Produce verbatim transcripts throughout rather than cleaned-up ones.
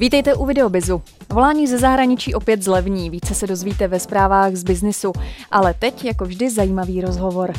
Vítejte u Videobizu. Volání ze zahraničí opět zlevní, více se dozvíte ve zprávách z biznisu, ale teď jako vždy zajímavý rozhovor.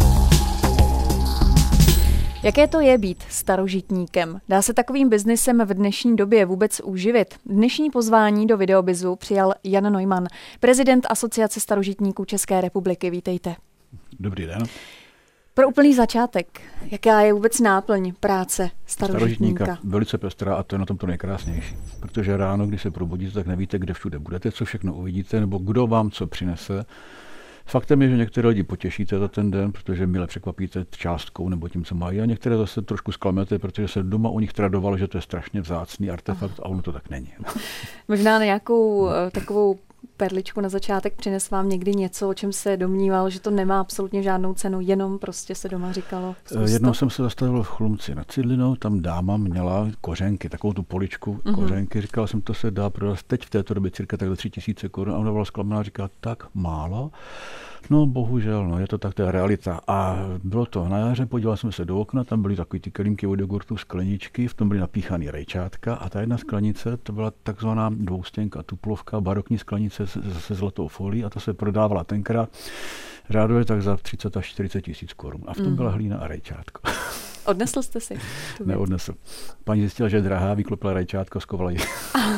Jaké to je být starožitníkem? Dá se takovým biznisem v dnešní době vůbec uživit? Dnešní pozvání do Videobizu přijal Jan Neumann, prezident Asociace starožitníků České republiky. Vítejte. Dobrý den. Pro úplný začátek, jaká je vůbec náplň práce starožitníka? Starožitníka velice pestrá a to je na tom to nejkrásnější. Protože ráno, když se probudíte, tak nevíte, kde všude budete, co všechno uvidíte, nebo kdo vám co přinese. Faktem je, že některé lidi potěšíte za ten den, protože mile překvapíte částkou nebo tím, co mají, a některé zase trošku zklamete, protože se doma u nich tradovalo, že to je strašně vzácný artefakt. Aha. A ono to tak není. Možná nějakou takovou perličku na začátek přines vám někdy něco, o čem se domníval, že to nemá absolutně žádnou cenu, jenom prostě se doma říkalo. Zkuste. Jednou jsem se zastavil v Chlumci nad Cidlinou, tam dáma měla kořenky, takovou tu poličku uh-huh. kořenky, říkala jsem, to se dá prodat teď v této době cirka tak za tři tisíce korun, a ona byla zklamaná, říkala, tak málo. No bohužel, no, je to tak, to je realita. A bylo to na jaře, podíval jsem se do okna, tam byly takový ty kelímky od jogurtu, skleničky, v tom byly napíchaný rajčátka a ta jedna sklenice, to byla takzvaná dvoustěnka tuplovka, barokní sklenice se, se zlatou folií a ta se prodávala tenkrát řádově tak za třicet až čtyřicet tisíc korun. A v tom mm. byla hlína a rajčátko. Odnesl jste si? Neodnesl. Paní zjistila, že je drahá, vyklopila rajčátko, skovala ji.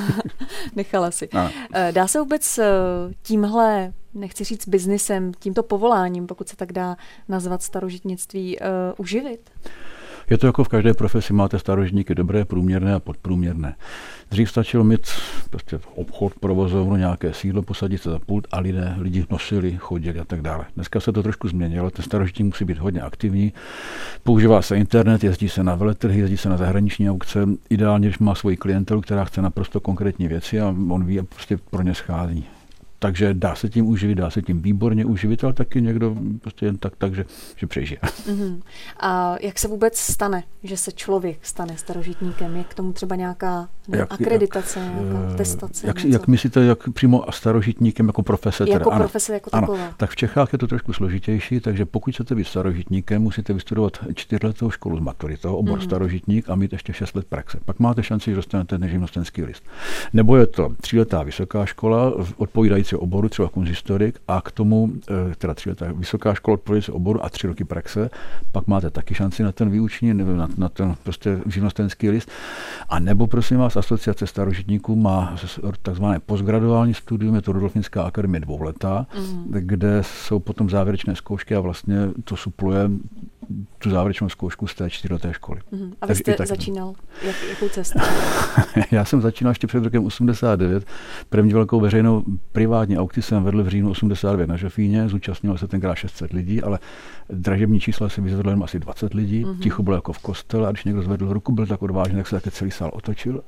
Nechala si. Ano. Dá se vůbec tímhle, nechci říct biznisem, tímto povoláním, pokud se tak dá nazvat starožitnictví, uh, uživit? Je to jako v každé profesi, máte starožitníky dobré, průměrné a podprůměrné. Dřív stačilo mít prostě obchod, provozovnu, nějaké sídlo, posadit se za pult a lidé, lidi nosili, chodili a tak dále. Dneska se to trošku změnilo, ten starožitník musí být hodně aktivní, používá se internet, jezdí se na veletrhy, jezdí se na zahraniční aukce, ideálně, když má svoji klientelu, která chce naprosto konkrétní věci a on ví a prostě pro ně schází. Takže dá se tím uživit, dá se tím výborně uživit, ale taky někdo prostě jen tak, tak že, že přežije. Uh-huh. A jak se vůbec stane, že se člověk stane starožitníkem? Je k tomu třeba nějaká jak, akreditace, jak, nějaká testace? Jak, jak myslíte, jak přímo starožitníkem jako profese? Jako teda, profese, ano, jako taková. Ano, tak v Čechách je to trošku složitější, takže pokud chcete být starožitníkem, musíte vystudovat čtyřletou školu s maturitou, obor uh-huh. starožitník a mít ještě šest let praxe. Pak máte šanci, že dostanete živnostenský list. Nebo je to tříletá vysoká škola, odpovídající oboru, třeba konzistorik, a k tomu, teda tři leta vysoká škola odpovědí oboru a tři roky praxe, pak máte taky šanci na ten výuční, nebo na, na ten prostě živnostenský list. A nebo prosím vás, Asociace starožitníků má takzvané postgraduální studium, je to Rudolfinská akademie dvouletá, mm. kde jsou potom závěrečné zkoušky a vlastně to supluje tu závěrečnou zkoušku z té čtyřleté školy. Mm. A vy jste začínal? Jak, jakou cestu? Já jsem začínal ještě před rokem osmdesát devět. První velkou veřejnou privátní aukci jsem vedl v říjnu osmdesát devět na Žofíně. Zúčastnilo se tenkrát šest set lidí, ale dražební čísla si vyzvedlo jen asi dvacet lidí. Mm-hmm. Ticho bylo jako v kostele a když někdo zvedl ruku, byl tak odvážný, tak se také celý sál otočil.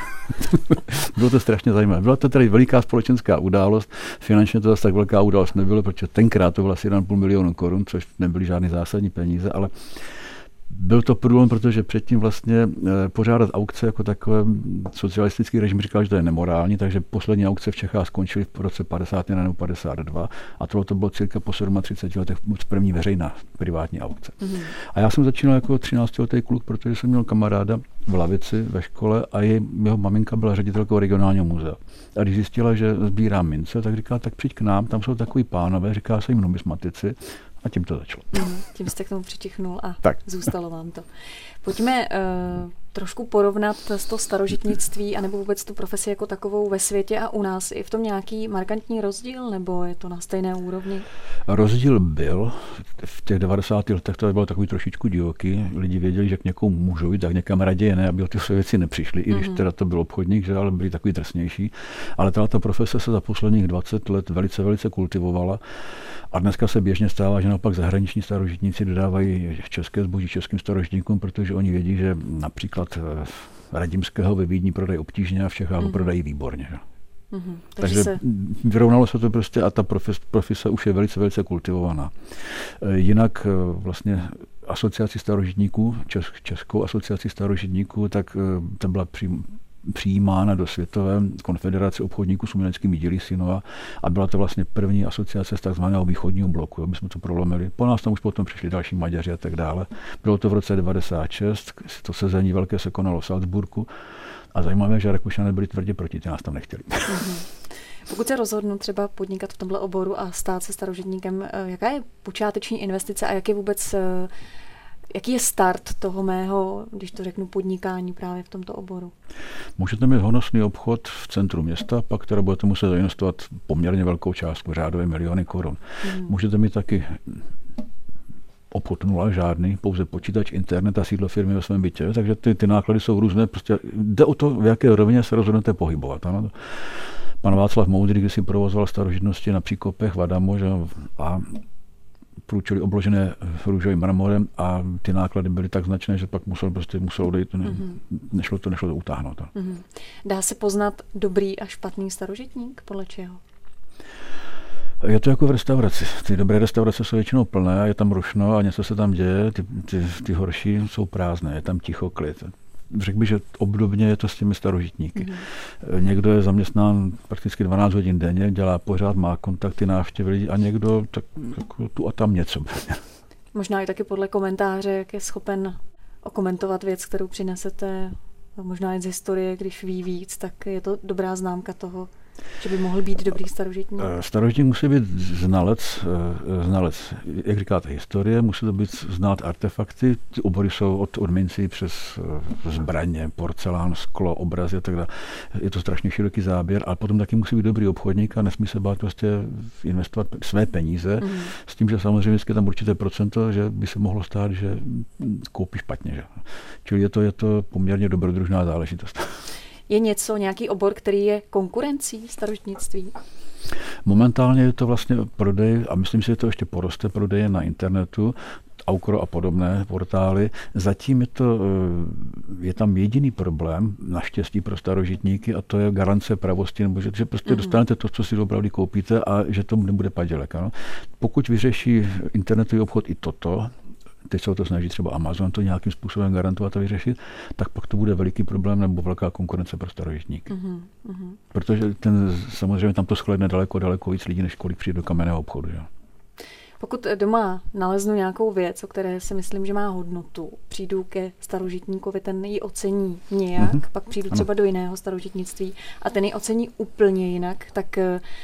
Bylo to strašně zajímavé. Byla to tady veliká společenská událost. Finančně to zase tak velká událost nebylo, protože tenkrát to bylo asi jeden a půl milionu korun, což nebyly žádné zásadní peníze, ale byl to průlom, protože předtím vlastně e, pořádat aukce jako takové socialistický režim říkal, že to je nemorální, takže poslední aukce v Čechách skončily v roce padesát jedna nebo padesát dva a tohle to bylo cirka po třiceti sedmi letech první veřejná privátní aukce. Mm-hmm. A já jsem začínal jako třináctiletý kluk, protože jsem měl kamaráda v lavici ve škole a jej, jeho maminka byla ředitelkou regionálního muzea. A když zjistila, že sbírám mince, tak říkala, tak přijď k nám, tam jsou takový pánové, říká se jim numismatici. A tím to začalo. Mm, tím jste k tomu přičichnul a tak. Zůstalo vám to. Pojďme uh, trošku porovnat z toho starožitnictví anebo vůbec tu profesi jako takovou ve světě a u nás. Je v tom nějaký markantní rozdíl nebo je to na stejné úrovni? Rozdíl byl. V těch devadesátých letech to bylo takový trošičku divoký. Lidi věděli, že k někomu můžou jít, tak někam raději ne, aby o ty své věci nepřišli, i když mm-hmm. teda to byl obchodník, že ale byli takový drsnější. Ale tato profese se za posledních dvacet let velice, velice kultivovala. A dneska se běžně stává, že naopak zahraniční starožitníci dodávají české zboží českým starožitníkům, protože oni vědí, že například Radimského ve Vídni prodají obtížně a v Čechách ho mm-hmm. prodají výborně. Mm-hmm. Takže, Takže se... vyrovnalo se to prostě a ta profes, profese už je velice, velice kultivovaná. Jinak vlastně asociaci starožitníků, Česk, Českou asociaci starožitníků, tak ta byla přím, přijímána do Světové konfederace obchodníků s uměleckými díly Sinova a byla to vlastně první asociace z takzvaného východního bloku. Jo. My jsme to prolomili. Po nás tam už potom přišli další Maďaři a tak dále. Bylo to v roce devadesát šest, to sezení velké se konalo v Salzburgu a zajímavé, že Rakušané byli tvrdě proti, ty nás tam nechtěli. Mm-hmm. Pokud se rozhodnu třeba podnikat v tomhle oboru a stát se starožitníkem, jaká je počáteční investice a jak je vůbec, jaký je start toho mého, když to řeknu, podnikání právě v tomto oboru? Můžete mít honosný obchod v centru města, pak teda budete muset zainvestovat poměrně velkou částku, řádové miliony korun. Hmm. Můžete mít taky obchod nula, žádný, pouze počítač, internet a sídlo firmy ve svém bytě, takže ty, ty náklady jsou různé, prostě jde o to, v jaké rovině se rozhodnete pohybovat. Ano? Pan Václav Moudrý, když si provozoval starožitnosti na Příkopech v Adamu, že, a průčely obložené růžovým mramorem a ty náklady byly tak značné, že pak musel prostě musel odejít, ne, mm-hmm. nešlo to, nešlo to utáhnout. Mm-hmm. Dá se poznat dobrý a špatný starožitník podle čeho? Je to jako v restauraci. Ty dobré restaurace jsou většinou plné a je tam rušno a něco se tam děje, ty, ty, ty horší jsou prázdné, je tam ticho, klid. Řekl bych, že obdobně je to s těmi starožitníky. Mm-hmm. Někdo je zaměstnán prakticky dvanáct hodin denně, dělá pořád, má kontakty, návštěvy lidí a někdo tak jako tu a tam něco. Možná i taky podle komentáře, jak je schopen okomentovat věc, kterou přinesete, možná i z historie, když ví víc, tak je to dobrá známka toho, že by mohl být dobrý starožitník? Starožitník musí být znalec, znalec, jak říkáte, historie, musí to být znát artefakty, ty obory jsou od, od mincí přes zbraně, porcelán, sklo, obrazy a tak dále. Je to strašně široký záběr, ale potom taky musí být dobrý obchodník a nesmí se bát prostě investovat své peníze, mm. s tím, že samozřejmě vždycky tam určité procento, že by se mohlo stát, že koupí špatně. Že? Čili je to, je to poměrně dobrodružná záležitost. Je něco, nějaký obor, který je konkurencí starožitnictví? Momentálně je to vlastně prodej, a myslím si, že to ještě poroste, prodeje na internetu, Aukro a podobné portály. Zatím je, to, je tam jediný problém, naštěstí pro starožitníky, a to je garance pravosti, nebo že, že prostě mm-hmm. dostanete to, co si opravdu koupíte a že to nebude padělek. Ano? Pokud vyřeší internetový obchod i toto, teď se o to snaží třeba Amazon to nějakým způsobem garantovat a vyřešit, tak pak to bude veliký problém nebo velká konkurence pro starožitníky. Mm-hmm. Protože ten, samozřejmě tam to shledne daleko, daleko víc lidí, než kolik přijde do kamenného obchodu. Že? Pokud doma naleznu nějakou věc, o které si myslím, že má hodnotu, přijdu ke starožitníkovi, ten ji ocení nějak, mm-hmm. pak přijdu třeba ano. do jiného starožitnictví a ten ji ocení úplně jinak, tak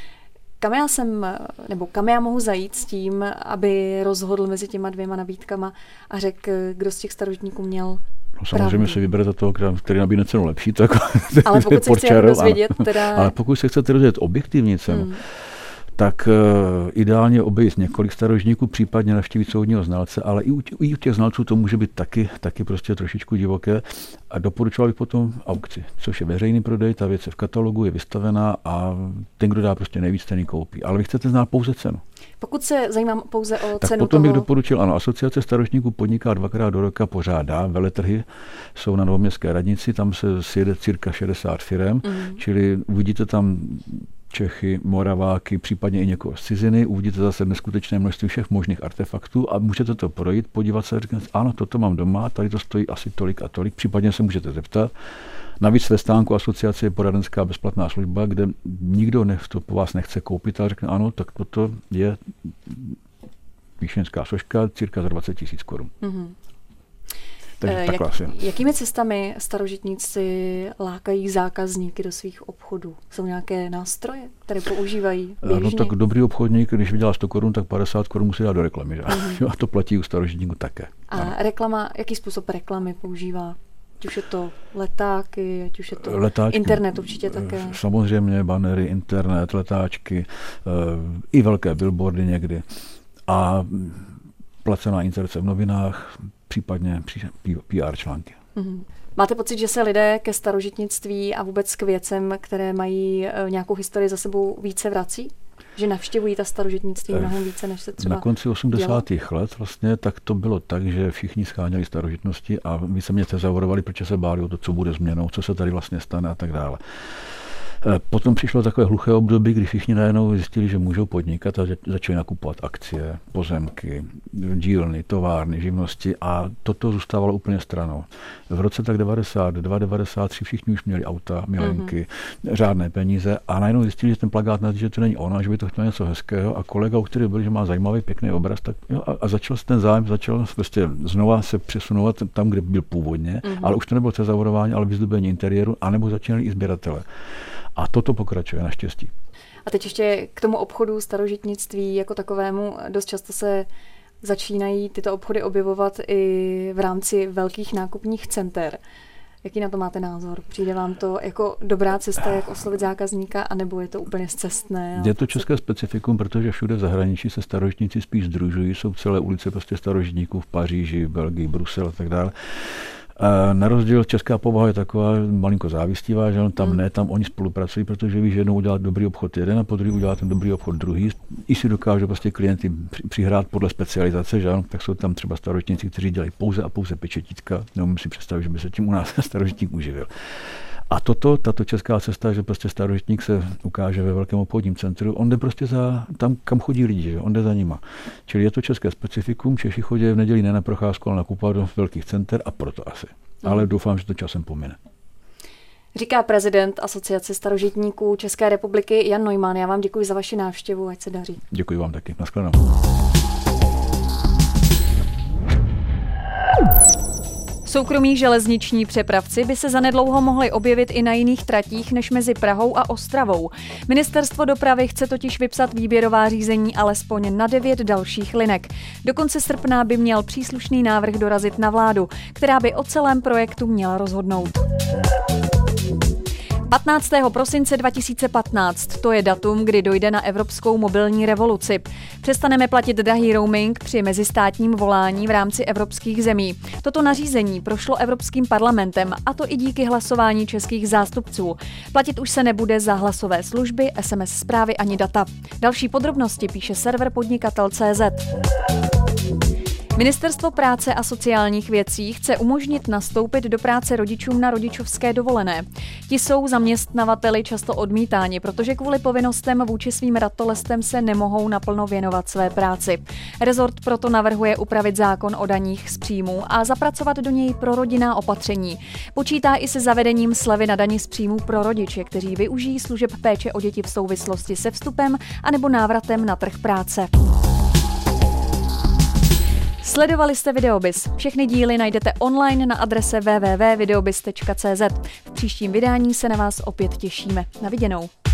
kam já jsem, nebo kam já mohu zajít s tím, aby rozhodl mezi těma dvěma nabídkama a řekl, kdo z těch starožitníků měl no, samozřejmě pravdu. Si vyberete toho, který nabídne cenu lepší. Tak, ale pokud se chcete dozvědět, teda... Ale pokud se chcete dozvědět objektivní cenu, hmm. tak uh, ideálně obejít několik starožitníků, případně navštívit soudního znalce, ale i u, tě, i u těch znalců to může být taky, taky prostě trošičku divoké. A doporučoval bych potom aukci, což je veřejný prodej, ta věc je v katalogu, je vystavená a ten, kdo dá prostě nejvíc ceny, koupí. Ale vy chcete znát pouze cenu. Pokud se zajímám pouze o tak cenu potom toho... bych doporučil, ano, asociace starožitníků podniká dvakrát do roka, pořádá veletrhy, jsou na Novoměstské radnici, tam se sjede cirka šedesát firem, mm. čili uvidíte tam Čechy, Moraváky, případně i někoho z ciziny, uvidíte zase neskutečné množství všech možných artefaktů a můžete to projít, podívat se a říkat, ano, toto mám doma, tady to stojí asi tolik a tolik, případně se můžete zeptat. Navíc ve stánku asociace je poradenská bezplatná služba, kde nikdo ne, to po vás nechce koupit, ale řekne, ano, tak toto je výšenská soška, cirka za dvacet tisíc korun. Mm-hmm. Takže Jak, jakými cestami starožitníci lákají zákazníky do svých obchodů? Jsou nějaké nástroje, které používají běžně? No tak dobrý obchodník, když vydělá sto korun, tak padesát korun musí dát do reklamy. Že? Mm-hmm. A to platí u starožitníků také. A ano. reklama, jaký způsob reklamy používá? Ať už je to letáky, ať už je to letáčky, internet určitě také. Samozřejmě banery, internet, letáčky, i velké billboardy někdy. A placená inzerce v novinách, případně P R články. Mm-hmm. Máte pocit, že se lidé ke starožitnictví a vůbec k věcem, které mají nějakou historii za sebou, více vrací? Že navštěvují ta starožitnictví mnohem více, než se třeba na konci osmdesátých let vlastně, tak to bylo tak, že všichni scháněli starožitnosti a víceméně tezaurovali, protože se báli o to, co bude změnou, co se tady vlastně stane a tak dále. Potom přišlo takové hluché období, kdy všichni najednou zjistili, že můžou podnikat a začali nakupovat akcie, pozemky, dílny, továrny, živnosti a toto zůstávalo úplně stranou. V roce tak devadesát dva, devadesát tři všichni už měli auta, milenky, mm-hmm. řádné peníze a najednou zjistili, že ten plakát na že to není ono, že by to chtělo něco hezkého a kolega, u který byl, že má zajímavý, pěkný obraz, tak jo, a, a začal se ten zájem, začal prostě znova se přesunovat tam, kde byl původně, mm-hmm. ale už to nebylo cezavodování, ale vyzdobení interiéru, anebo začínali i sběratele. A toto pokračuje naštěstí. A teď ještě k tomu obchodu starožitnictví jako takovému. Dost často se začínají tyto obchody objevovat i v rámci velkých nákupních center. Jaký na to máte názor? Přijde vám to jako dobrá cesta, jak oslovit zákazníka, anebo je to úplně scestné? Je to české specifikum, protože všude v zahraničí se starožitníci spíš sdružují, jsou celé ulice prostě starožitníků v Paříži, v Belgii, Brusel a tak dále. A na rozdíl česká povaha je taková malinko závistivá, že tam hmm. ne, tam oni spolupracují, protože ví, že jednou udělat dobrý obchod jeden a po druhý udělat ten dobrý obchod druhý. I si dokážou prostě klienty přihrát podle specializace, že ano, tak jsou tam třeba starožitníci, kteří dělají pouze a pouze pečetítka. Neumím si představit, že by se tím u nás starožitník uživil. A toto, tato česká cesta, že prostě starožitník se ukáže ve velkém obchodním centru, on jde prostě za tam, kam chodí lidi, že? On jde za nima. Čili je to české specifikum, Češi chodí v neděli ne na procházku, ale nakupovat do velkých center a proto asi. Mm. Ale doufám, že to časem pomine. Říká prezident Asociace starožitníků České republiky Jan Neumann. Já vám děkuji za vaši návštěvu, ať se daří. Děkuji vám taky. Naschledanou. Soukromí železniční přepravci by se zanedlouho mohli objevit i na jiných tratích než mezi Prahou a Ostravou. Ministerstvo dopravy chce totiž vypsat výběrová řízení alespoň na devět dalších linek. Do konce srpna by měl příslušný návrh dorazit na vládu, která by o celém projektu měla rozhodnout. patnáctého prosince dva tisíce patnáct, to je datum, kdy dojde na evropskou mobilní revoluci. Přestaneme platit drahý roaming při mezistátním volání v rámci evropských zemí. Toto nařízení prošlo Evropským parlamentem, a to i díky hlasování českých zástupců. Platit už se nebude za hlasové služby, es em es zprávy ani data. Další podrobnosti píše server podnikatel tečka cé zet. Ministerstvo práce a sociálních věcí chce umožnit nastoupit do práce rodičům na rodičovské dovolené. Ti jsou zaměstnavateli často odmítáni, protože kvůli povinnostem vůči svým ratolestem se nemohou naplno věnovat své práci. Rezort proto navrhuje upravit zákon o daních z příjmů a zapracovat do něj prorodinná opatření. Počítá i se zavedením slevy na dani z příjmů pro rodiče, kteří využijí služeb péče o děti v souvislosti se vstupem anebo návratem na trh práce. Sledovali jste Videobiz. Všechny díly najdete online na adrese w w w tečka videobiz tečka cé zet. V příštím vydání se na vás opět těšíme. Na viděnou.